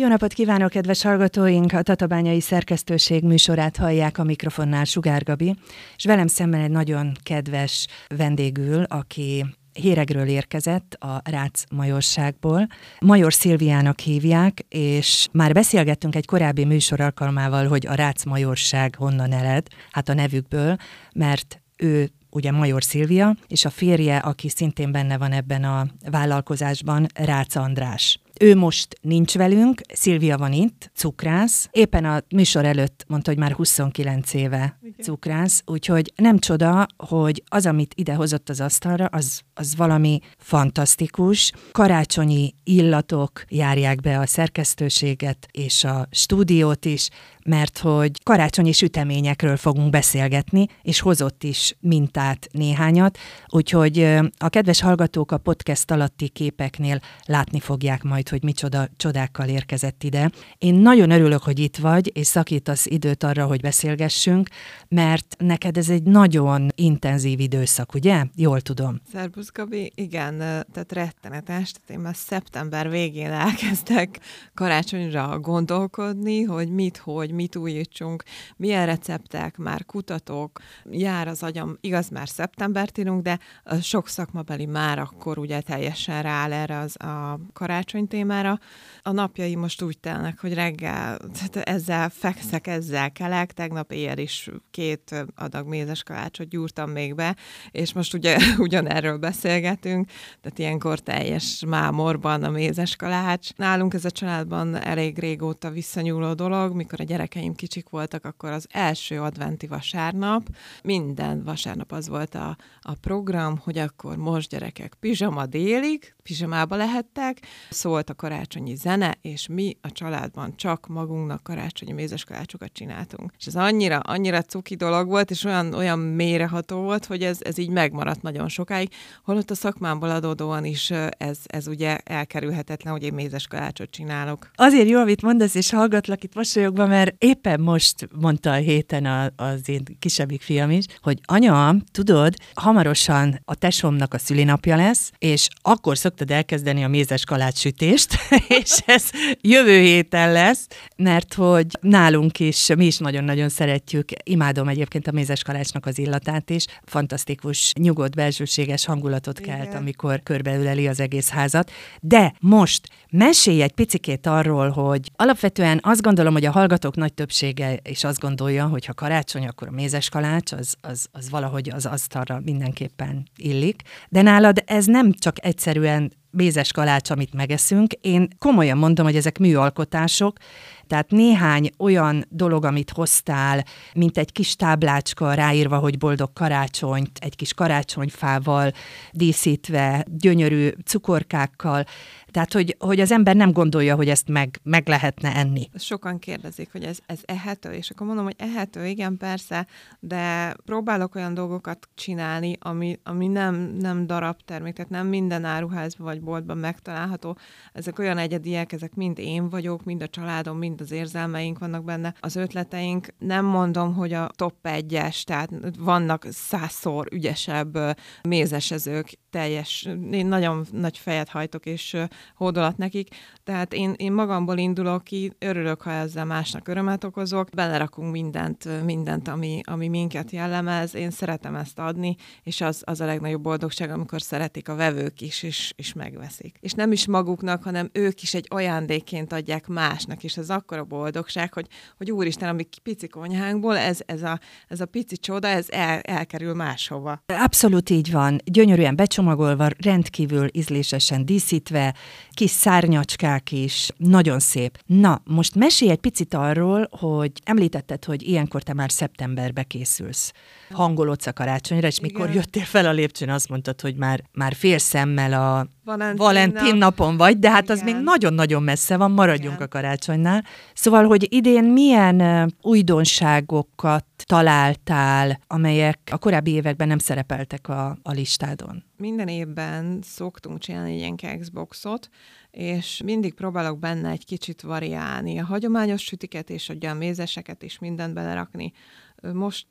Jó napot kívánok, kedves hallgatóink! A Tatabányai Szerkesztőség műsorát hallják, a mikrofonnál Sugár Gabi, és velem szemben egy nagyon kedves vendégül, aki Héregről érkezett, a Rácz majorságból. Major Szilviának hívják, és már beszélgettünk egy korábbi műsor alkalmával, hogy a Rácz majorság honnan ered, hát a nevükből, mert ő ugye Major Szilvia, és a férje, aki szintén benne van ebben a vállalkozásban, Rácz András. Ő most nincs velünk, Szilvia van itt, cukrász. Éppen a műsor előtt mondta, hogy már 29 éve cukrász, úgyhogy nem csoda, hogy az, amit ide hozott az asztalra, az valami fantasztikus. Karácsonyi illatok járják be a szerkesztőséget és a stúdiót is, mert hogy karácsonyi süteményekről fogunk beszélgetni, és hozott is mintát néhányat, úgyhogy a kedves hallgatók a podcast alatti képeknél látni fogják majd, hogy micsoda csodákkal érkezett ide. Én nagyon örülök, hogy itt vagy, és szakítasz időt arra, hogy beszélgessünk, mert neked ez egy nagyon intenzív időszak, ugye? Jól tudom. Szerbusz Gabi, igen, tehát rettenetes, tehát én már szeptember végén elkezdtek karácsonyra gondolkodni, hogy mit újítsunk, milyen receptek, már kutatok, jár az agyam, igaz, már szeptembert írunk, de sok szakmabeli már akkor ugye teljesen rááll erre a karácsony témára. A napjai most úgy telnek, hogy reggel ezzel fekszek, ezzel kelek, tegnap éjjel is 2 adag mézes kalácsot gyúrtam még be, és most ugye ugyanerről beszélgetünk, tehát ilyenkor teljes mámorban a mézes kalács. Nálunk ez a családban elég régóta visszanyúló dolog, mikor a gyerekeim kicsik voltak, akkor az első adventi vasárnap, minden vasárnap az volt a program, hogy akkor most gyerekek pizsama délig, pizsamába lehettek, szólt a karácsonyi zene, és mi a családban csak magunknak karácsonyi mézes kalácsokat csináltunk. És ez annyira cuki dolog volt, és olyan mélyreható volt, hogy ez így megmaradt nagyon sokáig, holott a szakmámból adódóan is ez ugye elkerülhetetlen, hogy én mézes kalácsot csinálok. Azért jó, amit mondasz, és hallgatlak itt mosolyogva, mert éppen most mondta a héten az én kisebbik fiam is, hogy anya, tudod, hamarosan a tesómnak a szülinapja lesz, és akkor szoktad elkezdeni a mézes kalács sütést, és ez jövő héten lesz, mert hogy nálunk is, mi is nagyon-nagyon szeretjük, imádom egyébként a mézes kalácsnak az illatát is, fantasztikus, nyugodt, belsőséges hangulatot kelt, amikor körbeüleli az egész házat. De most mesélj egy picikét arról, hogy alapvetően azt gondolom, hogy a hallgatók nagy többsége is azt gondolja, hogy ha karácsony, akkor a mézes kalács, az valahogy az asztalra mindenképpen illik. De nálad ez nem csak egyszerűen mézes kalács, amit megeszünk. Én komolyan mondom, hogy ezek műalkotások, tehát néhány olyan dolog, amit hoztál, mint egy kis táblácska ráírva, hogy boldog karácsonyt, egy kis karácsonyfával díszítve, gyönyörű cukorkákkal, tehát, hogy az ember nem gondolja, hogy ezt meg lehetne enni. Sokan kérdezik, hogy ez ehető, és akkor mondom, hogy ehető, igen, persze, de próbálok olyan dolgokat csinálni, ami nem darabtermék, tehát nem minden áruházban vagy boltban megtalálható. Ezek olyan egyediek, ezek mind én vagyok, mind a családom, mind az érzelmeink vannak benne, az ötleteink. Nem mondom, hogy a top 1-es, tehát vannak 100-szor ügyesebb mézesezők, én nagyon nagy fejet hajtok, és hódolat nekik, tehát én magamból indulok ki, örülök, ha ezzel másnak örömet okozok, belerakunk mindent, ami minket jellemez, én szeretem ezt adni, és az a legnagyobb boldogság, amikor szeretik a vevők is, és megveszik. És nem is maguknak, hanem ők is egy ajándékként adják másnak, és ez akkora boldogság, hogy úristen, ami pici konyhánkból, ez a pici csoda, ez elkerül máshova. Abszolút így van, gyönyörűen becsomagolva, rendkívül ízlésesen díszítve, kis szárnyacskák is, nagyon szép. Na, most mesélj egy picit arról, hogy említetted, hogy ilyenkor te már szeptemberbe készülsz. Hangolódsz a karácsonyra, és mikor jöttél fel a lépcsőn, azt mondtad, hogy már fél szemmel a Valentin napon vagy, de hát az még nagyon-nagyon messze van, maradjunk a karácsonynál. Szóval, hogy idén milyen újdonságokat találtál, amelyek a korábbi években nem szerepeltek a listádon? Minden évben szoktunk csinálni egy ilyen kekszboxot, és mindig próbálok benne egy kicsit variálni. A hagyományos sütiket és ugye a mézeseket is mindent belerakni. Most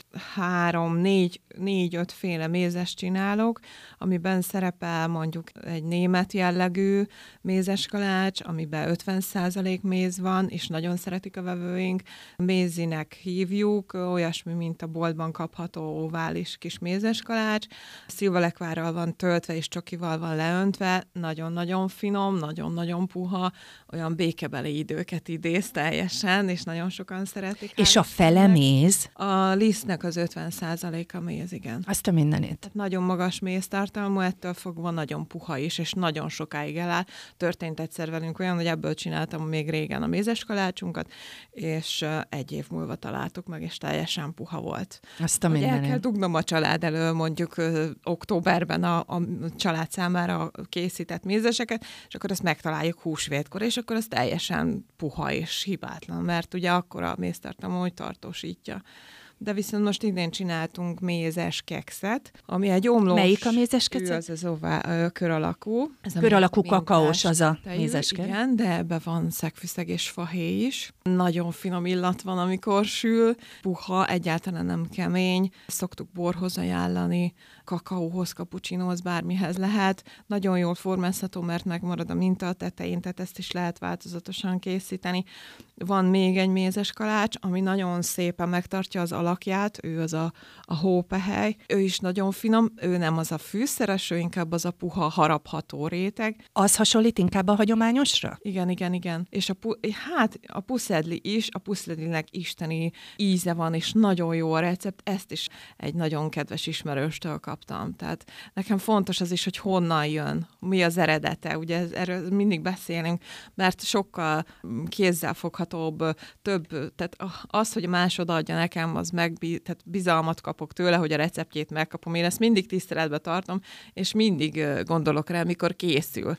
4-5 féle mézes csinálok, amiben szerepel mondjuk egy német jellegű mézeskalács, amiben 50% méz van, és nagyon szeretik a vevőink. Mézinek hívjuk, olyasmi, mint a boltban kapható ovális kis mézeskalács. Szilvalekvárral van töltve, és csokival van leöntve, nagyon-nagyon finom, nagyon-nagyon puha, olyan békebeli időket idéz teljesen, és nagyon sokan szeretik. És a fele méz? A lisztnek az 50%-a méz, igen. Azt a mindenét. Tehát nagyon magas méztartalmú, ettől fogva nagyon puha is, és nagyon sokáig eláll. Történt egyszer velünk olyan, hogy ebből csináltam még régen a mézes kalácsunkat, és 1 év múlva találtuk meg, és teljesen puha volt. Azt a mindenét. El kell dugnom a család elől mondjuk októberben a család számára készített mézeseket, és akkor azt megtaláljuk húsvétkor, és akkor az teljesen puha és hibátlan, mert ugye akkor a méztartalma hogy tartósítja. De viszont most idén csináltunk mézes kekszet, ami egy omlós... Melyik a mézes kekszet? Az kör alakú. Kör alakú kakaós az a mézeske. Igen, de ebbe van szegfűszeg és fahéj is. Nagyon finom illat van, amikor sül. Puha, egyáltalán nem kemény. Szoktuk borhoz ajánlani, kakaóhoz, kapucsinóhoz, bármihez lehet. Nagyon jól formázható, mert megmarad a minta a tetején, tehát ezt is lehet változatosan készíteni. Van még egy mézes kalács, ami nagyon szépen megtartja az alakját, ő az a hópehely. Ő is nagyon finom, ő nem az a fűszeres, ő inkább az a puha, harapható réteg. Az hasonlít inkább a hagyományosra? Igen. És a puszedli is, a puszedlinek isteni íze van, és nagyon jó a recept. Ezt is egy nagyon kedves ismerőstől kaptam. Tehát nekem fontos az is, hogy honnan jön, mi az eredete. Ugye erről mindig beszélünk, mert sokkal kézzelfoghatóbb, több, tehát az, hogy más odaadja nekem, az tehát bizalmat kapok tőle, hogy a receptjét megkapom. Én ezt mindig tiszteletbe tartom, és mindig gondolok rá, mikor készül.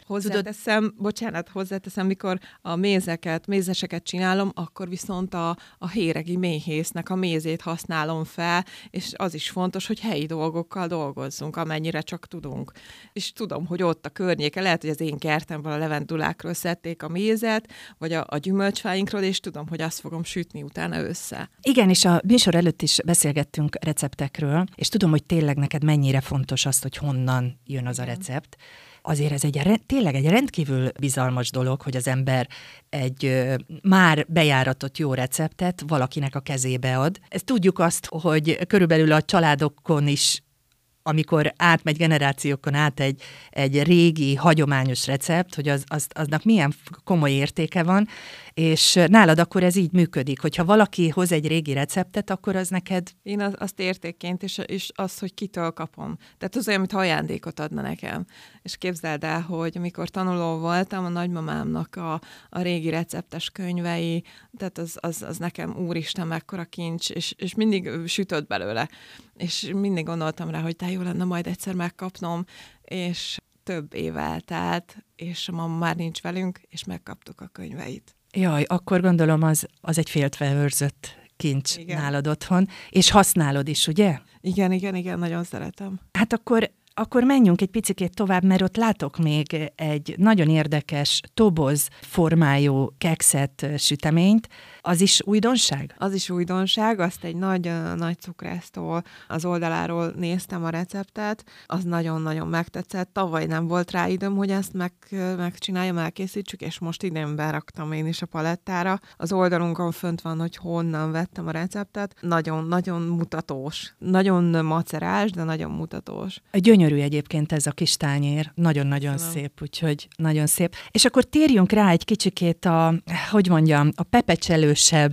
Hozzáteszem, mikor a mézeseket csinálom, akkor viszont a héregi méhésznek a mézét használom fel, és az is fontos, hogy helyi dolgokkal dolgozzunk, amennyire csak tudunk. És tudom, hogy ott a környéke, lehet, hogy az én kertemben a levendulákról szedték a mézet, vagy a gyümölcsfáinkról, és tudom, hogy azt fogom sütni utána össze. Igen, és a műsor előtt is beszélgettünk receptekről, és tudom, hogy tényleg neked mennyire fontos az, hogy honnan jön az a recept. Azért ez tényleg egy rendkívül bizalmas dolog, hogy az ember egy már bejáratott jó receptet valakinek a kezébe ad. Ezt tudjuk azt, hogy körülbelül a családokon is, amikor átmegy generációkon át egy régi, hagyományos recept, hogy aznak milyen komoly értéke van, és nálad akkor ez így működik, hogyha valaki hoz egy régi receptet, akkor az neked... Én azt értékként, és azt, hogy kitől kapom. Tehát az olyan, mint ajándékot adna nekem. És képzeld el, hogy amikor tanuló voltam, a nagymamámnak a régi receptes könyvei, tehát az nekem úristen mekkora kincs, és mindig sütött belőle. És mindig gondoltam rá, hogy jó lenne majd egyszer megkapnom, és több év eltelt, és a mama már nincs velünk, és megkaptuk a könyveit. Jaj, akkor gondolom az egy féltve őrzött kincs nálad otthon, és használod is, ugye? Igen, nagyon szeretem. Hát akkor menjünk egy picikét tovább, mert ott látok még egy nagyon érdekes toboz formájú kekszet, süteményt. Az is újdonság? Az is újdonság, azt egy nagy cukrásztól az oldaláról néztem a receptet, az nagyon-nagyon megtetszett. Tavaly nem volt rá időm, hogy ezt megcsináljam, elkészítsük, és most idén beraktam én is a palettára. Az oldalunkon fönt van, hogy honnan vettem a receptet. Nagyon-nagyon mutatós. Nagyon macerás, de nagyon mutatós. Gyönyörű egyébként ez a kis tányér. Nagyon-nagyon szép, úgyhogy nagyon szép. És akkor térjünk rá egy kicsikét a pepecselősebb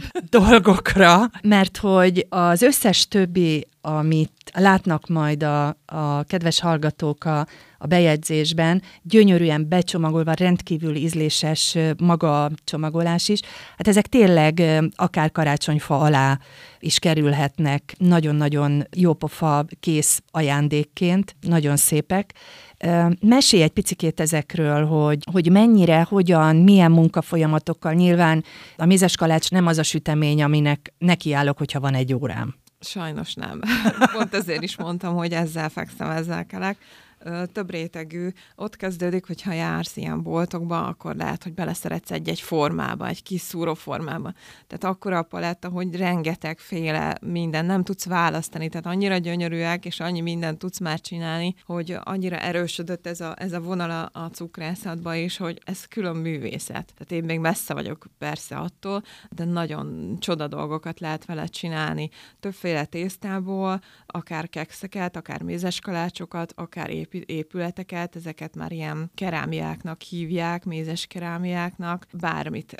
dolgokra, mert hogy az összes többi, amit látnak majd a kedves hallgatók a bejegyzésben, gyönyörűen becsomagolva, rendkívül ízléses maga a csomagolás is. Hát ezek tényleg akár karácsonyfa alá is kerülhetnek, nagyon-nagyon jópofa kész ajándékként, nagyon szépek. Mesélj egy picikét ezekről, hogy mennyire, hogyan, milyen munkafolyamatokkal. Nyilván a mézeskalács nem az a sütemény, aminek nekiállok, hogyha van 1 órám. Sajnos nem. Pont ezért is mondtam, hogy ezzel fekszem, ezzel kelek. több rétegű. Ott kezdődik, hogyha jársz ilyen boltokba, akkor lehet, hogy beleszeretsz egy formába, egy kis szúró formába. Tehát akkora a paletta, hogy rengetegféle minden, nem tudsz választani, tehát annyira gyönyörűek, és annyi mindent tudsz már csinálni, hogy annyira erősödött ez a vonal a cukrászatba is, hogy ez külön művészet. Tehát én még messze vagyok persze attól, de nagyon csoda dolgokat lehet vele csinálni. Többféle tésztából, akár kekszeket, akár mézes kalácsokat, akár épületeket, ezeket már ilyen kerámiáknak hívják, mézes kerámiáknak, bármit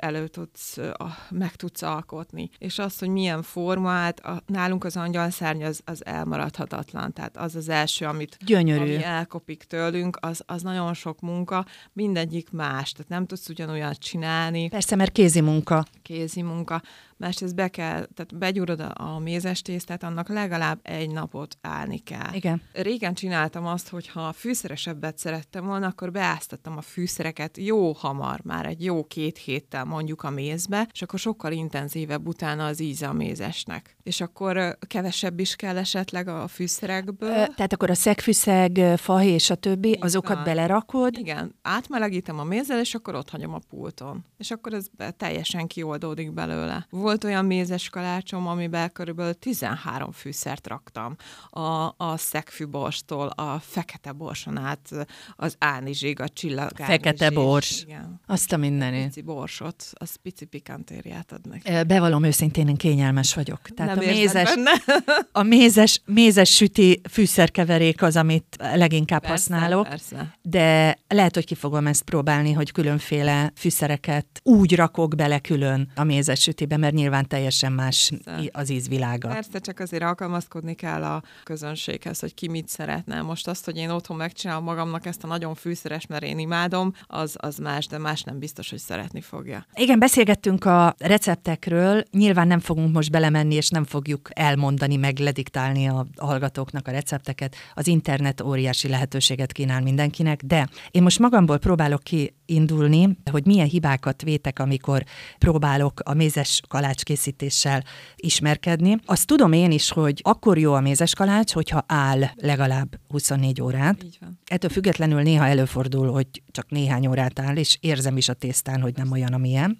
meg tudsz alkotni. És az, hogy milyen formát, nálunk az angyalszárny az elmaradhatatlan, tehát az első, ami elkopik tőlünk, az nagyon sok munka, mindegyik más, tehát nem tudsz ugyanolyat csinálni. Persze, mert kézi munka. Másrészt tehát begyúrod a mézes tésztát, annak legalább egy napot állni kell. Igen. Régen csináltam azt, hogy ha fűszeresebbet szerettem volna, akkor beáztattam a fűszereket jó hamar, már egy jó 2 héttel mondjuk a mézbe, és akkor sokkal intenzívebb utána az íze a mézesnek. És akkor kevesebb is kell esetleg a fűszerekből. Tehát akkor a szegfűszeg, fahéj és a többi, azokat belerakod. Igen, átmelegítem a mézzel, és akkor ott hagyom a pulton. És akkor ez teljesen kioldódik belőle. Volt olyan mézes kalácsom, amiben körülbelül 13 fűszert raktam. A szegfűborstól, a fekete borson át, az ánizsig, a csillagánizsig. Fekete bors. Igen. Azt a mindenit. Pici borsot, az pici pikantériát ad neki. Bevallom őszintén, én kényelmes vagyok. Tehát nem a mézes süti fűszerkeverék az, amit leginkább használok. Persze. De lehet, hogy ki fogom ezt próbálni, hogy különféle fűszereket úgy rakok bele külön a mézes sütibe, mert nyilván teljesen más az ízvilága. Persze, csak azért alkalmazkodni kell a közönséghez, hogy ki mit szeretne. Most azt, hogy én otthon megcsinálom magamnak ezt a nagyon fűszeres, mert én imádom, az más, de más nem biztos, hogy szeretni fogja. Igen, beszélgettünk a receptekről, nyilván nem fogunk most belemenni, és nem fogjuk elmondani, meg lediktálni a hallgatóknak a recepteket. Az internet óriási lehetőséget kínál mindenkinek, de én most magamból próbálok kiindulni, hogy milyen hibákat vétek, amikor próbálok a mézes kalács készítéssel ismerkedni. Azt tudom én is, hogy akkor jó a mézes kalács, hogyha áll legalább 24 órát. Így van. Ettől függetlenül néha előfordul, hogy csak néhány órát áll, és érzem is a tésztán, hogy nem olyan, amilyen.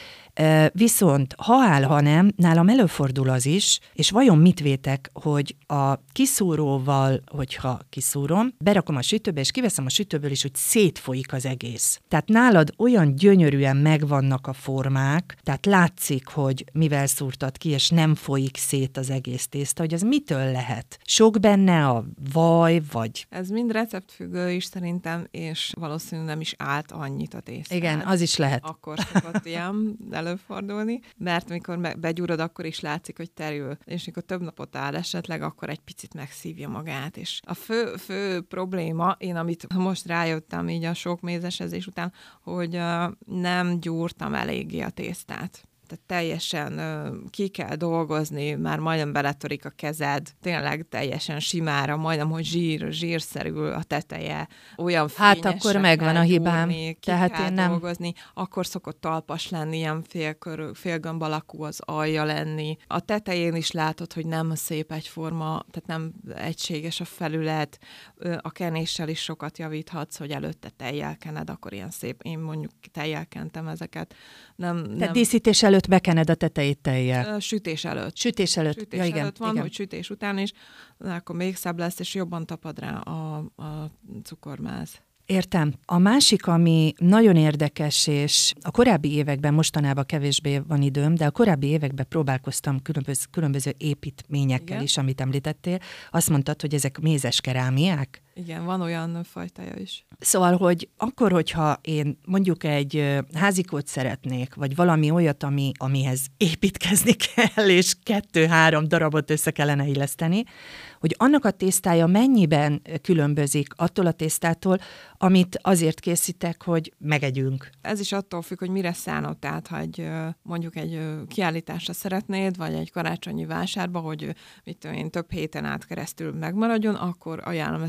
Viszont ha áll, ha nem, nálam előfordul az is, és vajon mit vétek, hogy a kiszúróval, hogyha kiszúrom, berakom a sütőbe, és kiveszem a sütőből is, hogy szétfolyik az egész. Tehát nálad olyan gyönyörűen megvannak a formák, tehát látszik, hogy mivel szúrtad ki, és nem folyik szét az egész tészta, hogy az mitől lehet? Sok benne a vaj, vagy... Ez mind receptfüggő is szerintem, és valószínűleg nem is állt annyit a tésztát. Igen, az is lehet. Akkor szokott ilyen előfordulni, mert mikor begyúrod, akkor is látszik, hogy terül. És mikor több napot áll esetleg, akkor egy picit megszívja magát. És a fő probléma, én amit most rájöttem így a sok mézesezés után, hogy nem gyúrtam eléggé a tésztát. Tehát teljesen ki kell dolgozni, már majdnem beletörik a kezed, tényleg teljesen simára, majdnem, hogy zsírszerű a teteje, olyan fényesre hát akkor megvan a hibám. Gyúrni, tehát én nem dolgozni, akkor szokott talpas lenni, ilyen félgömb alakú az alja lenni. A tetején is látod, hogy nem szép egyforma, tehát nem egységes a felület, a kenéssel is sokat javíthatsz, hogy előtte tejjel kened, akkor ilyen szép, én mondjuk tejjel kentem ezeket. Tehát díszítés előtt bekened a tetejét tejjel. Sütés előtt. Sütés előtt. Sütés ja, igen, előtt van, igen. hogy sütés után is, akkor még szebb lesz, és jobban tapad rá a cukormáz. Értem. A másik, ami nagyon érdekes, és a korábbi években, mostanában kevésbé van időm, de a korábbi években próbálkoztam különböző építményekkel Igen. is, amit említettél. Azt mondtad, hogy ezek mézes kerámiák? Igen, van olyan fajtája is. Szóval, hogy akkor, hogyha én mondjuk egy házikót szeretnék, vagy valami olyat, amihez építkezni kell, és 2-3 darabot össze kellene illeszteni, hogy annak a tésztája mennyiben különbözik attól a tésztától, amit azért készítek, hogy megegyünk. Ez is attól függ, hogy mire szánod, tehát ha mondjuk egy kiállításra szeretnéd, vagy egy karácsonyi vásárba, hogy mit tudom én, több héten át keresztül megmaradjon, akkor ajánlom ezt a mézes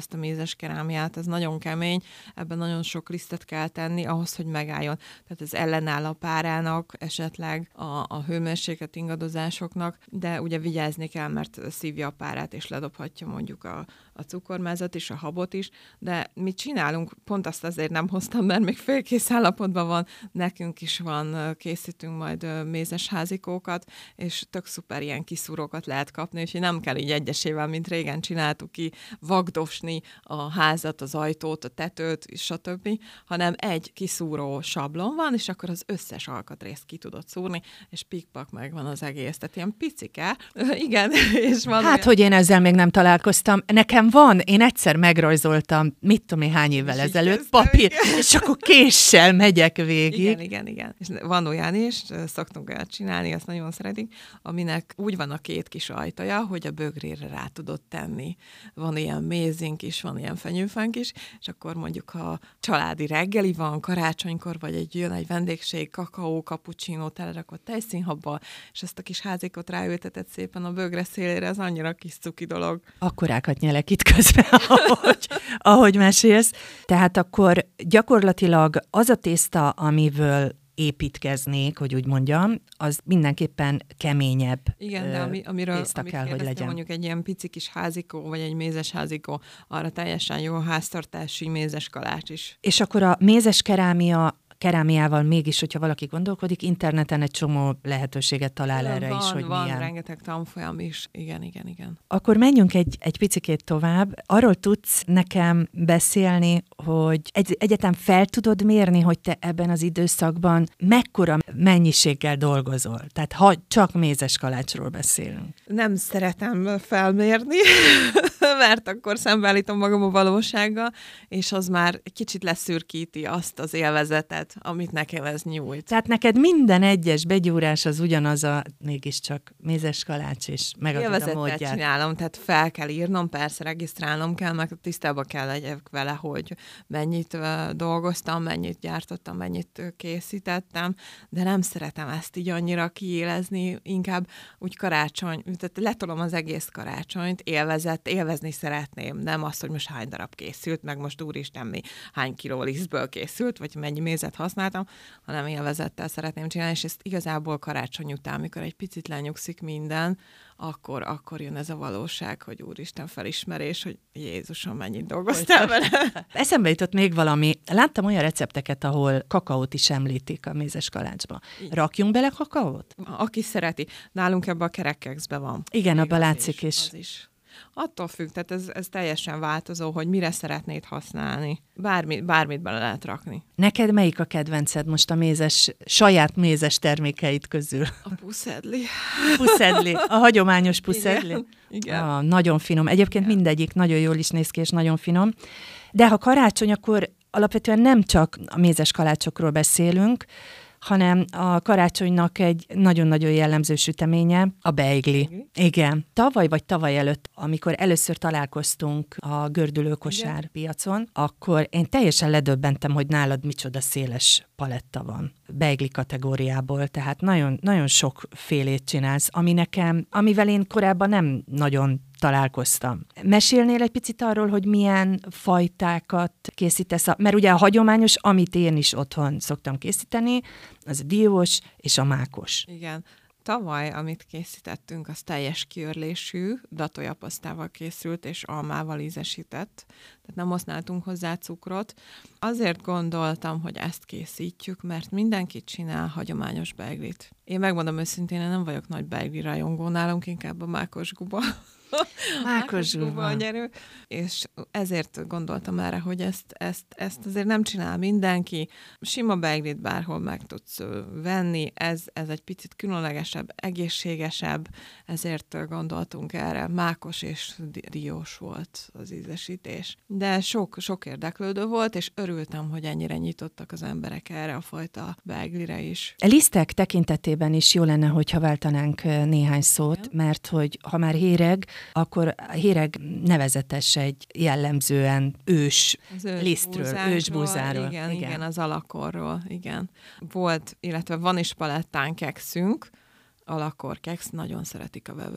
mézes kerámiát, ez nagyon kemény, ebben nagyon sok lisztet kell tenni ahhoz, hogy megálljon. Tehát ez ellenáll a párának, esetleg a hőmérséklet ingadozásoknak, de ugye vigyázni kell, mert szívja a párát, és ledobhatja mondjuk a cukormázat is, a habot is, de mit csinálunk? Pont azt azért nem hoztam, mert még félkész állapotban van, nekünk is van, készítünk majd mézes házikókat, és tök szuper ilyen kiszúrókat lehet kapni, úgyhogy nem kell így egyesével, mint régen csináltuk ki, vagdosni a házat, az ajtót, a tetőt, stb., hanem egy kiszúró sablon van, és akkor az összes alkatrészt ki tudod szúrni, és pikpak megvan az egész. Tehát ilyen picike. Igen, és van hát, hogy én ezzel még nem találkoztam. Nekem van, én egyszer megrajzoltam, mit tudom én hány évvel ezelőtt, papír, és akkor késsel megyek végig. Igen. És van olyan is, szoktunk olyat csinálni, azt nagyon szeretik, aminek úgy van a két kis ajtaja, hogy a bögrére rá tudod tenni. Van ilyen mézink is, van ilyen fenyőfánk is, és akkor mondjuk, ha családi reggeli van, karácsonykor, vagy jön egy vendégség, kakaó, cappuccino, telerakott tejszínhabbal, és ezt a kis házikot ráültetett szépen a bögre szélére, az annyira kis cuki dolog. Akkorákat nyelek itt közben, ahogy mesélsz. Tehát akkor gyakorlatilag az a tészta, amiből építkeznék, hogy úgy mondjam, az mindenképpen keményebb. Igen, de amiről tészta kell, hogy legyen. Mondjuk egy ilyen pici kis házikó, vagy egy mézes házikó, arra teljesen jó háztartási mézes kalács is. És akkor a mézes kerámiával mégis, hogyha valaki gondolkodik, interneten egy csomó lehetőséget talál erre is, hogy van milyen. Rengeteg tanfolyam is. Igen. Akkor menjünk egy picikét tovább. Arról tudsz nekem beszélni, hogy egyetem fel tudod mérni, hogy te ebben az időszakban mekkora mennyiséggel dolgozol? Tehát ha csak mézes kalácsról beszélünk. Nem szeretem felmérni, mert akkor szembeállítom magam a valósággal, és az már kicsit leszürkíti azt az élvezetet, amit nekem ez nyújt. Tehát neked minden egyes begyúrás az ugyanaz a mégiscsak mézes kalács, és megadod a módját. Csinálom, tehát fel kell írnom, persze regisztrálnom kell, meg tisztában kell legyek vele, hogy mennyit dolgoztam, mennyit gyártottam, mennyit készítettem, de nem szeretem ezt így annyira kiélezni, inkább úgy karácsony, tehát letolom az egész karácsonyt, élvezni szeretném, nem azt, hogy most hány darab készült, meg most úristen hány kiló lisztből készült, vagy mennyi mézet használtam, hanem élvezettel szeretném csinálni, és ezt igazából karácsony után, amikor egy picit lenyugszik minden, akkor jön ez a valóság, hogy úristen felismerés, hogy Jézusom, mennyit dolgoztál vele. Eszembe jutott még valami. Láttam olyan recepteket, ahol kakaót is említik a mézes kalácsba. Rakjunk bele kakaót? Aki szereti. Nálunk ebben a kerekkekszben van. Igen, abban látszik is. Az is. Attól függ, tehát ez teljesen változó, hogy mire szeretnéd használni. Bármit bele lehet rakni. Neked melyik a kedvenced most a saját mézes termékeid közül? A puszedli. Puszedli, a hagyományos puszedli? Igen. Nagyon finom. Egyébként mindegyik nagyon jól is néz ki, és nagyon finom. De ha karácsony, akkor alapvetően nem csak a mézes kalácsokról beszélünk, hanem a karácsonynak egy nagyon-nagyon jellemző süteménye, a beigli. Igen. Tavaly előtt, amikor először találkoztunk a gördülőkosár piacon, akkor én teljesen ledöbbentem, hogy nálad micsoda széles paletta van beigli kategóriából, tehát nagyon, nagyon sok félét csinálsz, amivel én korábban nem nagyon találkoztam. Mesélnél egy picit arról, hogy milyen fajtákat készítesz? Mert ugye a hagyományos, amit én is otthon szoktam készíteni, az a diós és a mákos. Igen. Tavaly, amit készítettünk, az teljes kiörlésű, datójapasztával készült, és almával ízesített. Tehát nem használtunk hozzá cukrot. Azért gondoltam, hogy ezt készítjük, mert mindenki csinál hagyományos beiglit. Én megmondom őszintén, én nem vagyok nagy beigli rajongó, nálunk inkább a mákos guba. Mákos guba a nyerő. És ezért gondoltam erre, hogy ezt azért nem csinál mindenki. Sima beiglit bárhol meg tudsz venni, ez egy picit különlegesebb, egészségesebb, ezért gondoltunk erre. Mákos és diós volt az ízesítés. De sok érdeklődő volt, és örültem, hogy ennyire nyitottak az emberek erre a fajta beiglire is. A lisztek tekintetében is jó lenne, hogyha váltanánk néhány szót, mert hogy ha már héreg, akkor a héreg nevezetes egy jellemzően lisztről, ősbúzáról. Igen, az alakorról, igen. Volt, illetve van is palettán kekszünk, alakor keksz, nagyon szeretik a vevők.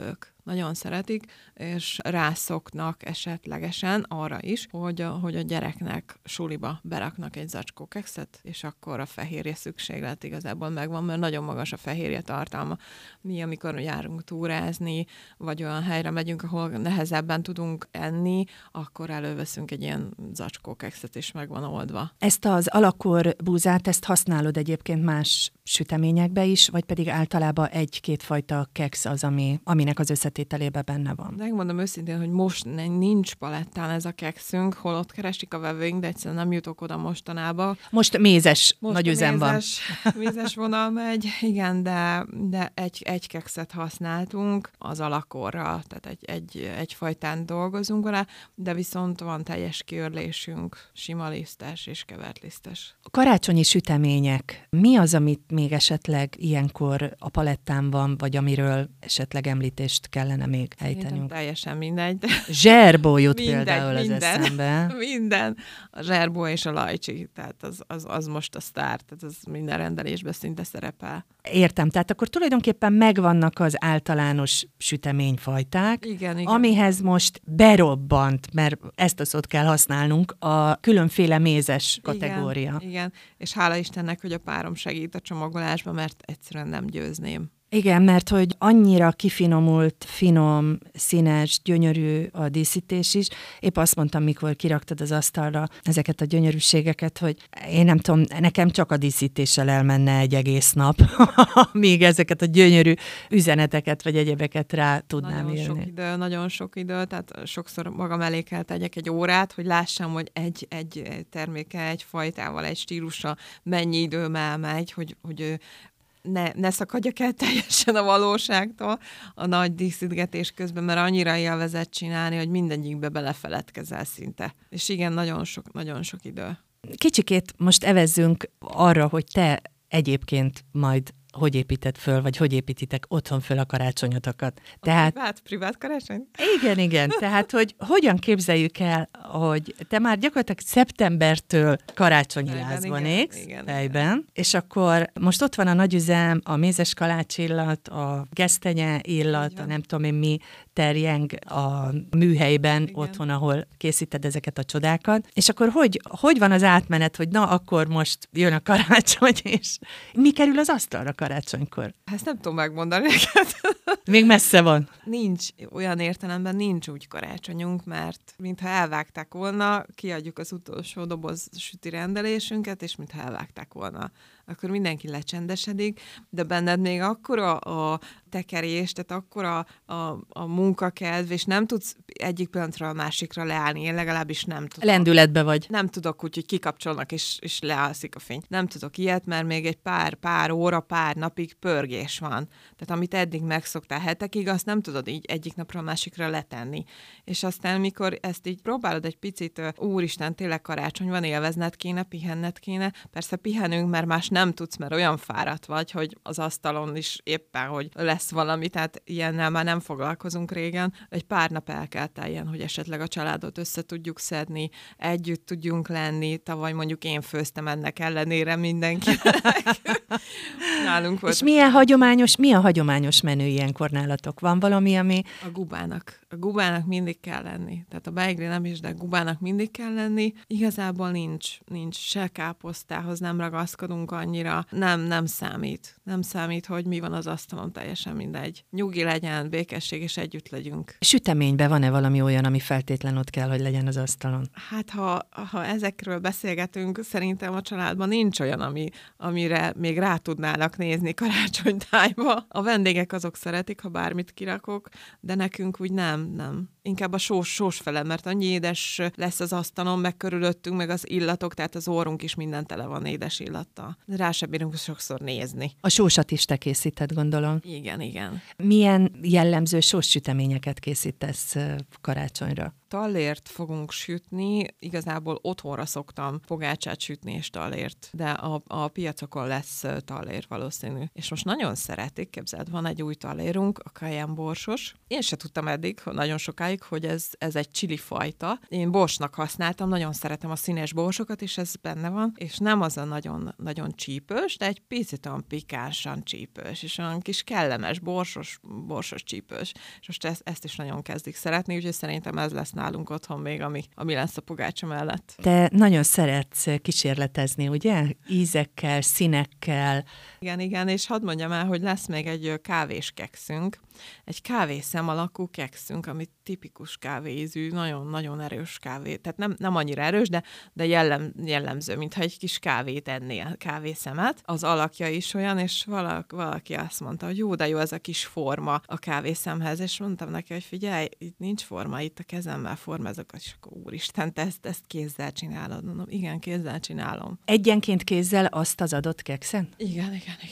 nagyon szeretik, és rászoknak esetlegesen arra is, hogy a gyereknek suliba beraknak egy zacskó kekszet, és akkor a fehérje szükséglet igazából megvan, mert nagyon magas a fehérje tartalma. Mi, amikor járunk túrázni, vagy olyan helyre megyünk, ahol nehezebben tudunk enni, akkor előveszünk egy ilyen zacskó kekszet, és meg van oldva. Ezt az alakor búzát, ezt használod egyébként más süteményekbe is, vagy pedig általában egy-két fajta keksz az, aminek az összetételében benne van? Megmondom őszintén, hogy most nincs palettán ez a kekszünk, holott keresik a vevőink, de egyszerűen nem jutok oda mostanában. Most mézes nagy üzem van. Mézes vonal megy, igen, de egy kekszet használtunk az alakorra, tehát egyfajtán dolgozunk vele, de viszont van teljes kiörlésünk, sima lisztes és kevert lisztes. A karácsonyi sütemények, mi az, amit még esetleg ilyenkor a palettán van, vagy amiről esetleg említést kellene még ejtenünk? Teljesen mindegy. Zserbó jut például az eszembe. Minden. A zserbó és a lajcsi, tehát az most a sztár, tehát az minden rendelésben szinte szerepel. Értem, tehát akkor tulajdonképpen megvannak az általános süteményfajták, igen. Amihez most berobbant, mert ezt a szót kell használnunk, a különféle mézes kategória. Igen, és hála Istennek, hogy a párom segít a csomagolásba, mert egyszerűen nem győzném. Igen, mert hogy annyira kifinomult, finom, színes, gyönyörű a díszítés is. Épp azt mondtam, mikor kiraktad az asztalra ezeket a gyönyörűségeket, hogy én nem tudom, nekem csak a díszítéssel elmenne egy egész nap, míg ezeket a gyönyörű üzeneteket vagy egyebeket rá tudnám írni. Nagyon sok idő, tehát sokszor magam elé kell tegyek egy órát, hogy lássam, hogy egy terméke, egy fajtával, egy stílusra mennyi időm elmegy, hogy ne szakadjak el teljesen a valóságtól a nagy díszítgetés közben, mert annyira élvezett csinálni, hogy mindegyikbe belefeledkezel szinte. És igen, nagyon sok idő. Kicsikét most evezzünk arra, hogy te egyébként majd hogy építed föl, vagy hogy építitek otthon föl a karácsonyotokat. Tehát, privát karácsony? Igen. Tehát, hogy hogyan képzeljük el, hogy te már gyakorlatilag szeptembertől karácsonyi lázban égsz, fejben, és akkor most ott van a nagyüzem, a mézes kalács illat, a gesztenye illat, a nem tudom én mi terjeng a műhelyben, otthon, ahol készíted ezeket a csodákat, és akkor hogy van az átmenet, hogy na, akkor most jön a karácsony, és mi kerül az asztalra karácsonykor? Ezt nem tudom megmondani neked. Még messze van. Nincs, olyan értelemben nincs úgy karácsonyunk, mert mintha elvágták volna, kiadjuk az utolsó doboz süti rendelésünket, és mintha elvágták volna. Akkor mindenki lecsendesedik, de benned még akkora a tekerés, tehát akkora a munkakedv, és nem tudsz egyik pillanatra a másikra leállni, én legalábbis nem tudok. Lendületbe vagy. Nem tudok úgy, hogy kikapcsolnak, és lealszik a fény. Nem tudok ilyet, mert még egy pár óra, pár napig pörgés van. Tehát amit eddig megszoktál hetekig, azt nem tudod így egyik napra a másikra letenni. És aztán, mikor ezt így próbálod egy picit, úristen, tényleg karácsony van, élvezned kéne, pihenned kéne. Persze pihenünk, mert más nem tudsz, mert olyan fáradt vagy, hogy az asztalon is éppen, hogy lesz valami, tehát ilyennel már nem foglalkozunk régen. Egy pár nap el kell teljen, hogy esetleg a családot össze tudjuk szedni, együtt tudjunk lenni. Tavaly mondjuk én főztem ennek ellenére mindenkinek. Nálunk volt. És mi a hagyományos menü ilyenkor nálatok? Van valami, ami... A gubának mindig kell lenni. Tehát a beigli nem is, de a gubának mindig kell lenni. Igazából nincs se káposztához, nem ragaszkodunk annyira. Nem számít. Nem számít, hogy mi van az asztalon, teljesen mindegy. Nyugi legyen, békesség, és együtt legyünk. Süteményben van-e valami olyan, ami feltétlen ott kell, hogy legyen az asztalon? Hát, ha ezekről beszélgetünk, szerintem a családban nincs olyan, amire még rá tudnának nézni karácsonytájba. A vendégek azok szeretik, ha bármit kirakok, de nekünk úgy nem. Inkább a sós fele, mert annyi édes lesz az asztalon, meg körülöttünk, meg az illatok, tehát az orrunk is minden tele van édes illattal. Rá se bírunk sokszor nézni. A sósat is te készíted, gondolom. Igen. Milyen jellemző sós süteményeket készítesz karácsonyra? Tallért fogunk sütni, igazából otthonra szoktam pogácsát sütni és tallért, de a piacokon lesz tallér valószínű. És most nagyon szeretik, képzeld, van egy új tallérunk, a cayenne borsos. Én se tudtam eddig, nagyon sokáig, hogy ez egy chili fajta. Én borsnak használtam, nagyon szeretem a színes borsokat, és ez benne van, és nem az a nagyon, nagyon csípős, de egy picit olyan pikánsan csípős, és olyan kis kellemes, borsos csípős. És most ezt is nagyon kezdik szeretni, úgyhogy szerintem ez lesz nálunk otthon még, ami lesz a pogácsa mellett. Te nagyon szeretsz kísérletezni, ugye? Ízekkel, színekkel. Igen, és hadd mondjam el, hogy lesz még egy kávés kekszünk, egy kávészem alakú kekszünk, ami tipikus kávéízű, nagyon-nagyon erős kávé. Tehát nem annyira erős, de jellemző, mintha egy kis kávét ennél, kávészemet. Az alakja is olyan, és valaki azt mondta, hogy jó, de jó ez a kis forma a kávészemhez, és mondtam neki, hogy figyelj, itt nincs forma, itt a kezemmel formázok, és akkor úristen, te ezt kézzel csinálod. Mondom, igen, kézzel csinálom. Egyenként kézzel azt az adott kekszen? Igen.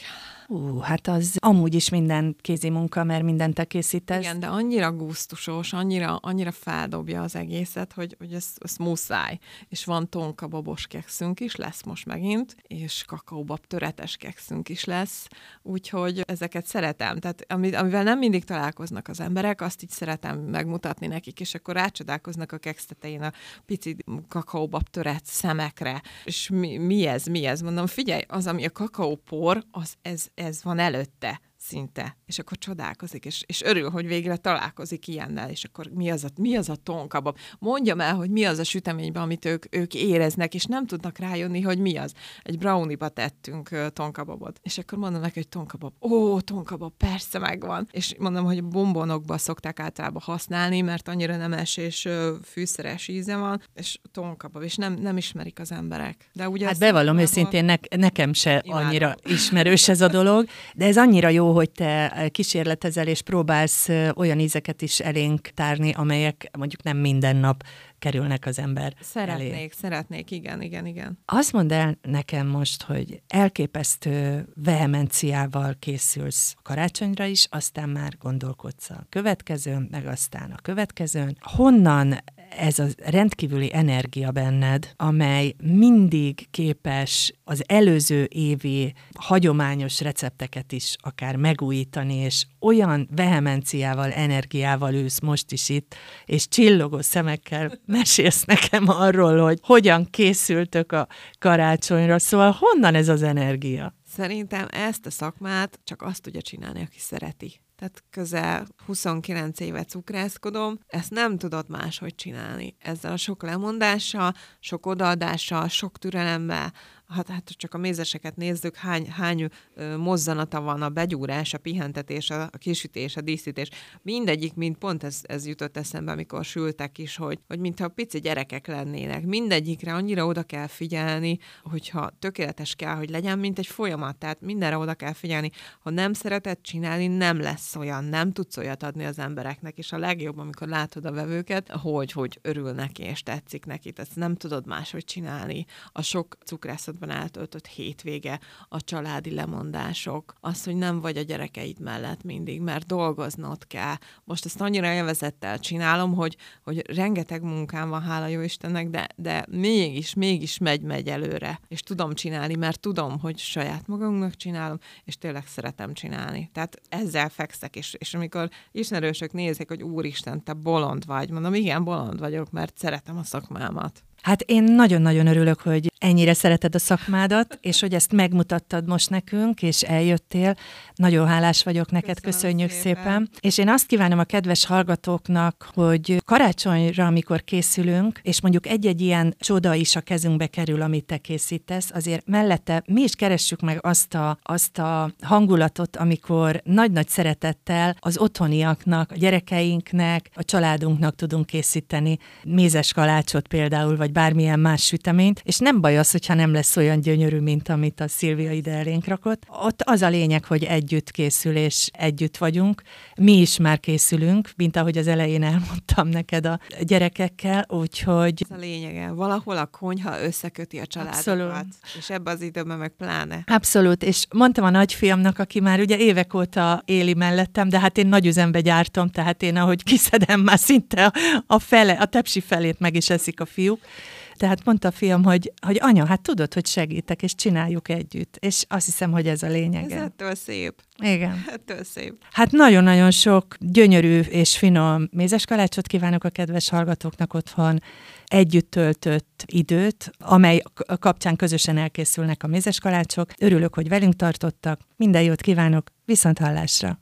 Hát az amúgy is minden kézi munka, mert mindent te készítesz. Igen, de annyira gusztusos, annyira feldobja az egészet, hogy ez muszáj. És van tonkababos kekszünk is, lesz most megint, és kakaóbab töretes kekszünk is lesz, úgyhogy ezeket szeretem. Tehát amivel nem mindig találkoznak az emberek, azt így szeretem megmutatni nekik, és akkor rácsodálkoznak a keksz tetején a pici kakaóbab töret szemekre. És mi ez? Mondom, figyelj, az, ami a kakaópor, ez van előtte szinte. És akkor csodálkozik, és örül, hogy végre találkozik ilyennel, és akkor mi az a tonkabab? Mondjam el, hogy mi az a süteményben, amit ők éreznek, és nem tudnak rájönni, hogy mi az. Egy brownie-ba tettünk tonkababot. És akkor mondom neki, hogy tonkabab. Ó, tonkabab, persze megvan. És mondom, hogy bombonokba szokták általában használni, mert annyira nemes és fűszeres íze van, és tonkabab, és nem ismerik az emberek. De ugye hát bevallom őszintén, nekem se imádom. Annyira ismerős ez a dolog, de ez annyira jó, hogy te kísérletezel és próbálsz olyan ízeket is elénk tárni, amelyek mondjuk nem minden nap kerülnek az ember elé. Szeretnék, igen. Azt mondd el nekem most, hogy elképesztő vehemenciával készülsz a karácsonyra is, aztán már gondolkodsz a következőn, meg aztán a következőn. Honnan ez a rendkívüli energia benned, amely mindig képes az előző évi hagyományos recepteket is akár megújítani, és olyan vehemenciával, energiával ülsz most is itt, és csillogó szemekkel mesélsz nekem arról, hogy hogyan készültök a karácsonyra. Szóval honnan ez az energia? Szerintem ezt a szakmát csak azt tudja csinálni, aki szereti. Tehát közel 29 éve cukrászkodom, ezt nem tudod máshogy csinálni. Ezzel a sok lemondással, sok odaadással, sok türelemmel, hát csak a mézeseket nézzük, hány mozzanata van, a begyúrás, a pihentetés, a kisütés, a díszítés. Mindegyik, mind pont ez jutott eszembe, amikor sültek is, hogy mintha pici gyerekek lennének. Mindegyikre annyira oda kell figyelni, hogyha tökéletes kell, hogy legyen, mint egy folyamat. Tehát mindenre oda kell figyelni. Ha nem szereted csinálni, nem lesz olyan, nem tudsz olyat adni az embereknek, és a legjobb, amikor látod a vevőket, hogy örül neki, és tetszik neki. Ezt nem tudod máshogy csinálni. A sok cukrászatban eltöltött hétvége, a családi lemondások, az, hogy nem vagy a gyerekeid mellett mindig, mert dolgoznod kell. Most ezt annyira élvezettel csinálom, hogy rengeteg munkám van, hála jó Istennek, de mégis megy előre. És tudom csinálni, mert tudom, hogy saját magunknak csinálom, és tényleg szeretem csinálni. Tehát ezzel fekszek, és amikor ismerősök nézik, hogy úristen, te bolond vagy, mondom, igen, bolond vagyok, mert szeretem a szakmámat. Hát én nagyon-nagyon örülök, hogy ennyire szereted a szakmádat, és hogy ezt megmutattad most nekünk, és eljöttél. Nagyon hálás vagyok neked, köszönjük szépen. És én azt kívánom a kedves hallgatóknak, hogy karácsonyra, amikor készülünk, és mondjuk egy-egy ilyen csoda is a kezünkbe kerül, amit te készítesz, azért mellette mi is keressük meg azt a hangulatot, amikor nagy-nagy szeretettel az otthoniaknak, a gyerekeinknek, a családunknak tudunk készíteni mézes kalácsot például, vagy bármilyen más süteményt, és nem baj az, hogyha nem lesz olyan gyönyörű, mint amit a Szilvia ide elénk rakott. Ott az a lényeg, hogy együtt készül, és együtt vagyunk. Mi is már készülünk, mint ahogy az elején elmondtam neked a gyerekekkel, úgyhogy... Ez a lényege. Valahol a konyha összeköti a családokat. Abszolút. És ebben az időben meg pláne. Abszolút, és mondtam a nagyfiamnak, aki már ugye évek óta éli mellettem, de hát én nagy üzembe gyártom, tehát én ahogy kiszedem, már szinte a tepsi felét meg is eszik a fiúk. Tehát mondta a fiam, hogy anya, hát tudod, hogy segítek, és csináljuk együtt. És azt hiszem, hogy ez a lényege. Ez ettől szép. Igen. Ettől szép. Hát nagyon-nagyon sok gyönyörű és finom mézeskalácsot kívánok a kedves hallgatóknak otthon, együtt töltött időt, amely kapcsán közösen elkészülnek a mézeskalácsok. Örülök, hogy velünk tartottak. Minden jót kívánok, viszonthallásra!